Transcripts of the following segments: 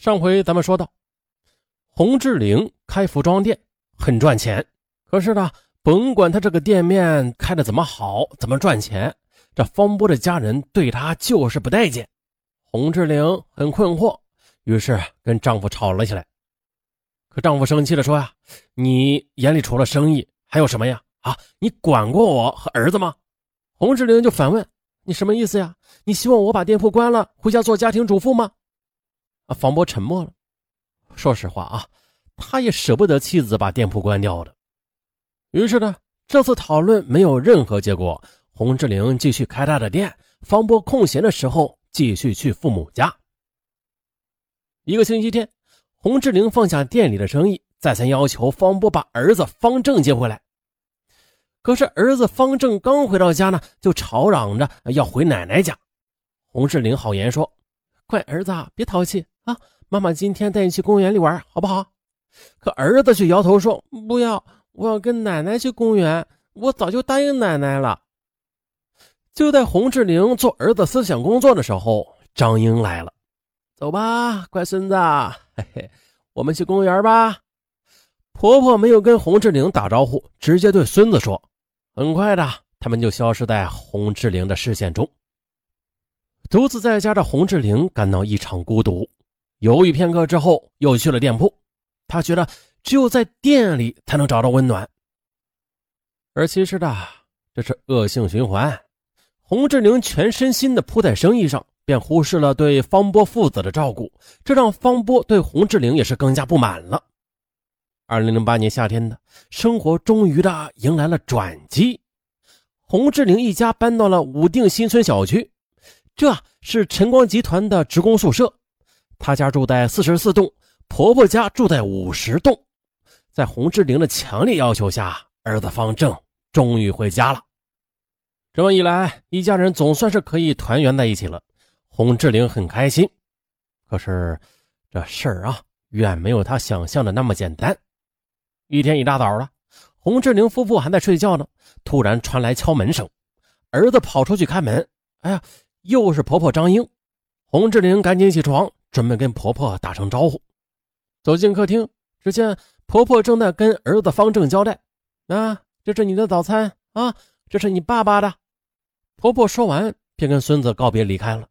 上回咱们说到，洪志玲开服装店很赚钱，可是呢，甭管他这个店面开得怎么好，怎么赚钱，这方波的家人对他就是不待见。洪志玲很困惑，于是跟丈夫吵了起来。可丈夫生气地说呀，你眼里除了生意还有什么呀？你管过我和儿子吗？洪志玲就反问，你什么意思呀？你希望我把店铺关了，回家做家庭主妇吗？方波沉默了。说实话他也舍不得妻子把店铺关掉的。于是呢，这次讨论没有任何结果，洪志玲继续开她的店，方波空闲的时候继续去父母家。一个星期天，洪志玲放下店里的生意，再三要求方波把儿子方正接回来。可是儿子方正刚回到家呢，就吵嚷着要回奶奶家。洪志玲好言说，乖儿子别淘气妈妈今天带你去公园里玩好不好？可儿子却摇头说，不要，我要跟奶奶去公园，我早就答应奶奶了。就在洪志玲做儿子思想工作的时候，张英来了。走吧，乖孙子，嘿嘿，我们去公园吧。婆婆没有跟洪志玲打招呼，直接对孙子说。很快的，他们就消失在洪志玲的视线中。独自在家的洪志玲感到异常孤独，犹豫片刻之后又去了店铺。她觉得只有在店里才能找到温暖。而其实的，这是恶性循环。洪志玲全身心的扑在生意上，便忽视了对方波父子的照顾，这让方波对洪志玲也是更加不满了。2008年夏天的生活终于的迎来了转机。洪志玲一家搬到了武定新村小区，这是晨光集团的职工宿舍。他家住在44栋，婆婆家住在50栋。在洪志玲的强烈要求下，儿子方正终于回家了。这么一来，一家人总算是可以团圆在一起了。洪志玲很开心。可是这事儿远没有他想象的那么简单。一天一大早了，洪志玲夫妇还在睡觉呢，突然传来敲门声。儿子跑出去开门，又是婆婆张英。洪志玲赶紧起床，准备跟婆婆打声招呼。走进客厅，只见婆婆正在跟儿子方正交代，这是你的早餐这是你爸爸的。婆婆说完便跟孙子告别离开了。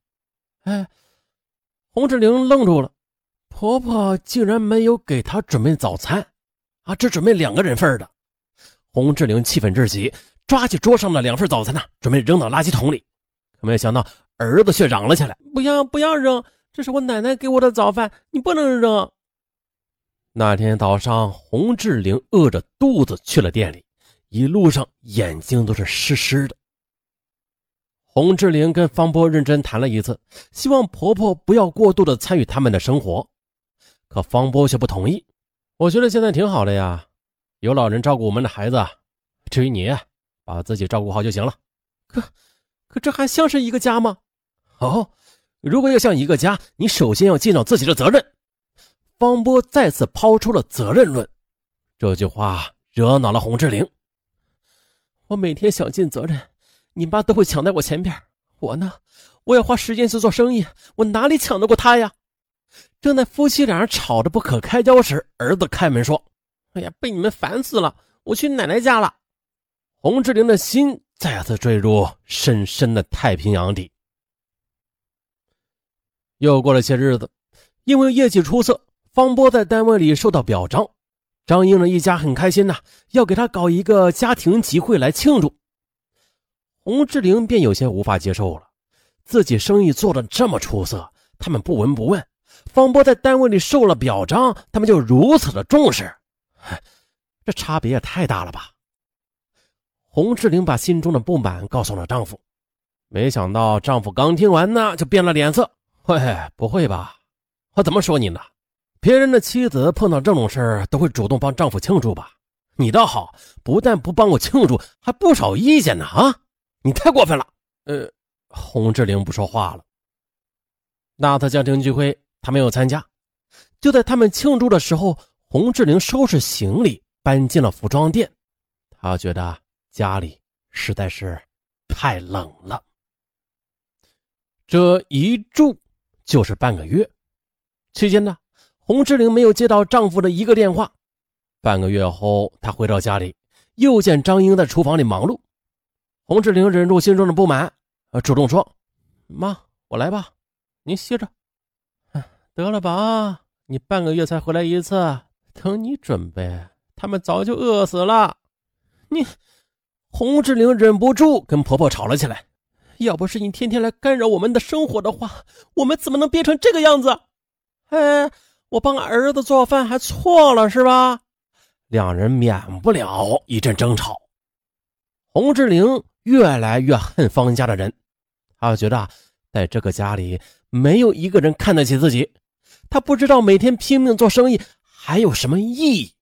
洪志玲愣住了，婆婆竟然没有给她准备早餐只准备2个人份的。洪志玲气愤至极，抓起桌上的2份早餐准备扔到垃圾桶里。可没想到儿子却嚷了起来，不要扔，这是我奶奶给我的早饭，你不能扔。那天早上，洪志玲饿着肚子去了店里，一路上眼睛都是湿湿的。洪志玲跟方波认真谈了一次，希望婆婆不要过度的参与他们的生活。可方波却不同意，我觉得现在挺好的呀，有老人照顾我们的孩子，至于你，把自己照顾好就行了。可这还像是一个家吗？如果要像一个家，你首先要尽到自己的责任。方波再次抛出了责任论，这句话惹恼了洪志玲。我每天想尽责任，你妈都会抢在我前边，我呢，我要花时间去做生意，我哪里抢得过她呀？正在夫妻俩人吵得不可开交时，儿子开门说，被你们烦死了，我去奶奶家了。洪志玲的心再次坠入深深的太平洋底。又过了些日子，因为业绩出色，方波在单位里受到表彰，张英的一家很开心要给他搞一个家庭集会来庆祝。洪志玲便有些无法接受了，自己生意做得这么出色，他们不闻不问，方波在单位里受了表彰，他们就如此的重视，这差别也太大了吧。洪志玲把心中的不满告诉了丈夫，没想到丈夫刚听完呢就变了脸色，不会吧，我怎么说你呢？别人的妻子碰到这种事都会主动帮丈夫庆祝吧，你倒好，不但不帮我庆祝，还不少意见呢你太过分了。洪志玲不说话了。那次家庭聚会他没有参加，就在他们庆祝的时候，洪志玲收拾行李搬进了服装店。她觉得家里实在是太冷了。这一住就是半个月。 期间呢，洪志玲没有接到丈夫的一个电话。半个月后，她回到家里，又见张英在厨房里忙碌。洪志玲忍住心中的不满，主动说：“妈，我来吧，您歇着。”得了吧，你半个月才回来一次，等你准备，他们早就饿死了。你，洪志玲忍不住跟婆婆吵了起来。要不是你天天来干扰我们的生活的话，我们怎么能变成这个样子？我帮儿子做饭还错了是吧？两人免不了一阵争吵。洪志玲越来越恨方家的人，她觉得在这个家里没有一个人看得起自己，她不知道每天拼命做生意还有什么意义。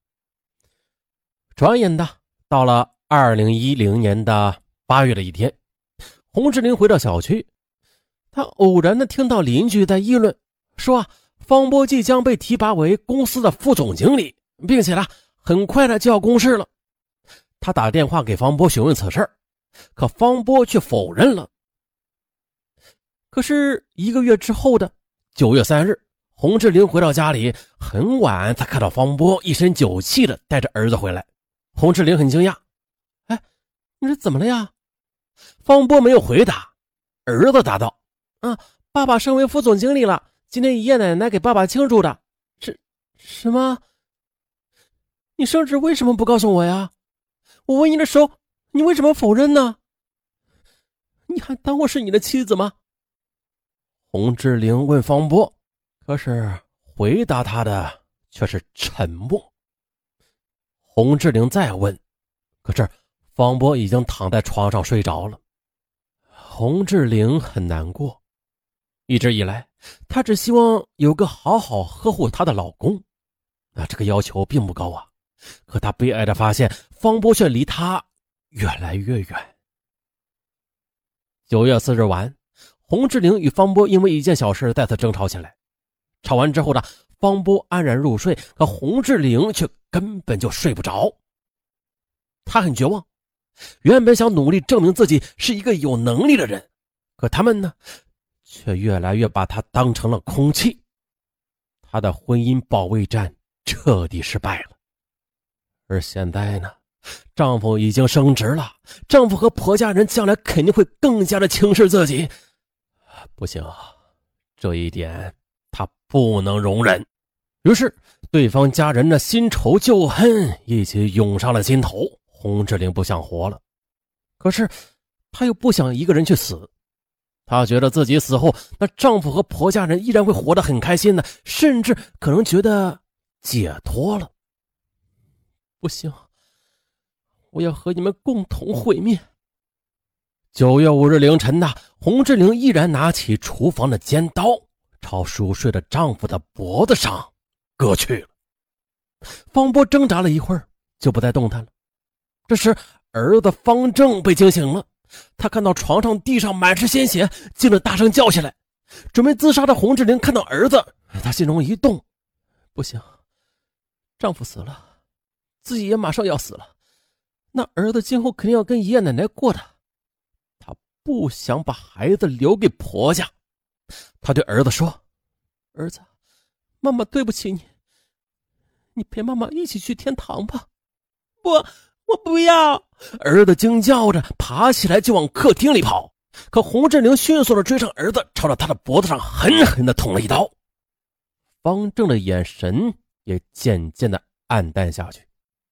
转眼的到了2010年的8月的一天，洪志玲回到小区，她偶然的听到邻居在议论说方波即将被提拔为公司的副总经理，并且很快的就要公示了。他打电话给方波询问此事，可方波却否认了。可是1个月之后的9月3日，洪志玲回到家里，很晚才看到方波一身酒气的带着儿子回来。洪志玲很惊讶，你这怎么了呀？方波没有回答，儿子答道：爸爸升为副总经理了，今天爷爷奶奶给爸爸庆祝的。什么？你升职为什么不告诉我呀？我问你的时候，你为什么否认呢？你还当我是你的妻子吗？洪志玲问方波，可是回答他的却是沉默。洪志玲再问，可是方波已经躺在床上睡着了。洪志玲很难过，一直以来她只希望有个好好呵护她的老公，这个要求并不高啊，可她悲哀地发现方波却离她越来越远。9月4日晚，洪志玲与方波因为一件小事再次争吵起来。吵完之后呢，方波安然入睡，可洪志玲却根本就睡不着。她很绝望，原本想努力证明自己是一个有能力的人，可他们呢，却越来越把她当成了空气。她的婚姻保卫战彻底失败了。而现在呢，丈夫已经升职了，丈夫和婆家人将来肯定会更加的轻视自己。不行，这一点她不能容忍。于是对方家人的新仇旧恨一起涌上了心头，洪志玲不想活了。可是她又不想一个人去死，她觉得自己死后，那丈夫和婆家人依然会活得很开心的，甚至可能觉得解脱了。不行，我要和你们共同毁灭。9月5日凌晨的，洪志玲依然拿起厨房的尖刀，朝熟睡的丈夫的脖子上割去了。方波挣扎了一会儿，就不再动弹了。这时儿子方正被惊醒了，他看到床上地上满是鲜血，惊得大声叫起来。准备自杀的洪志玲看到儿子，他心中一动，不行，丈夫死了，自己也马上要死了，那儿子今后肯定要跟爷爷奶奶过的，他不想把孩子留给婆家。他对儿子说：儿子，妈妈对不起你，你陪妈妈一起去天堂吧。不，我不要！儿子惊叫着爬起来就往客厅里跑，可洪志玲迅速的追上儿子，朝着他的脖子上狠狠的捅了一刀。方正的眼神也渐渐的暗淡下去。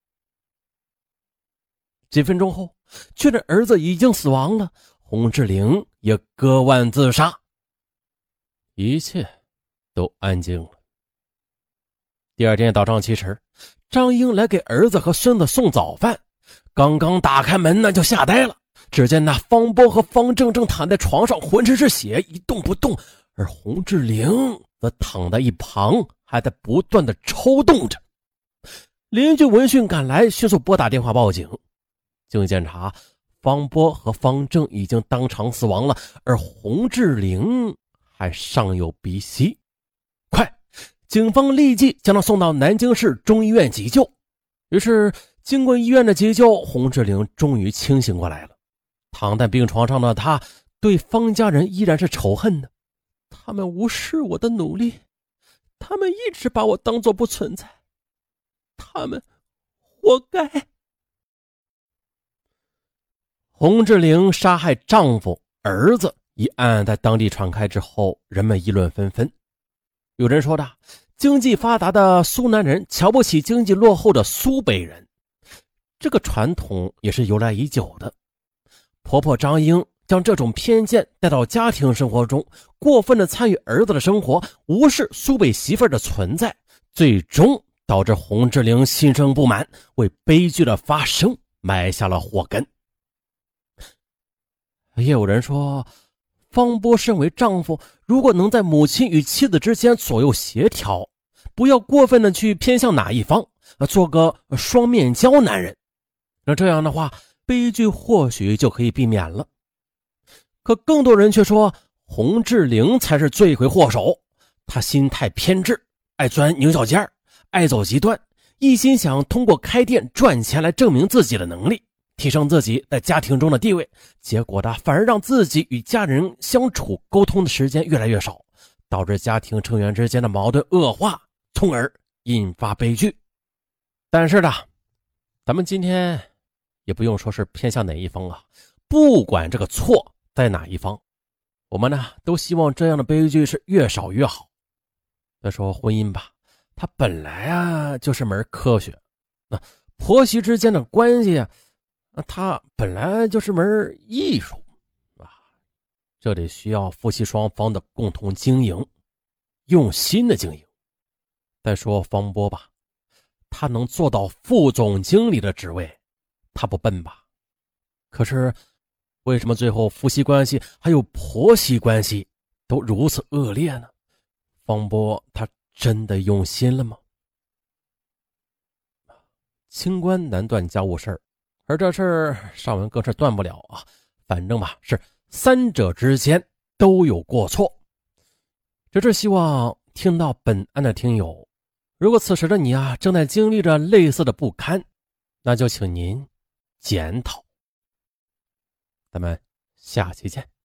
几分钟后，确认儿子已经死亡了，洪志玲也割腕自杀。一切都安静了。第二天早上7时，张英来给儿子和孙子送早饭，刚刚打开门呢，就吓呆了。只见那方波和方正正躺在床上，浑身是血，一动不动，而洪志玲则躺在一旁，还在不断的抽动着。邻居闻讯赶来，迅速拨打电话报警。经检查，方波和方正已经当场死亡了，而洪志玲还尚有鼻息。快！警方立即将他送到南京市中医院急救。于是经过医院的急救，洪志玲终于清醒过来了。躺在病床上的他对方家人依然是仇恨的，他们无视我的努力， 他们一直把我当作不存在，他们活该。洪志玲杀害丈夫儿子一案在当地传开之后，人们议论纷纷。有人说的，经济发达的苏南人瞧不起经济落后的苏北人，这个传统也是由来已久的。婆婆张英将这种偏见带到家庭生活中，过分的参与儿子的生活，无视苏北媳妇儿的存在，最终导致洪志玲心生不满，为悲剧的发生埋下了祸根。也有人说，方波身为丈夫，如果能在母亲与妻子之间左右协调，不要过分的去偏向哪一方，做个双面胶男人，那这样的话，悲剧或许就可以避免了。可更多人却说，洪志玲才是罪魁祸首，她心态偏执，爱钻牛角尖，爱走极端，一心想通过开店赚钱来证明自己的能力，提升自己在家庭中的地位，结果反而让自己与家人相处沟通的时间越来越少，导致家庭成员之间的矛盾恶化，从而引发悲剧。但是咱们今天也不用说是偏向哪一方啊，不管这个错在哪一方，我们都希望这样的悲剧是越少越好。再说婚姻吧，它本来就是门科学，婆媳之间的关系它本来就是门艺术这得需要夫妻双方的共同经营，用心的经营。再说方波吧，他能做到副总经理的职位，他不笨吧？可是为什么最后夫妻关系还有婆媳关系都如此恶劣呢？方波他真的用心了吗？清官难断家务事，而这事儿上文更是断不了反正是三者之间都有过错。只是希望听到本案的听友，如果此时的你正在经历着类似的不堪，那就请您检讨。咱们下期见。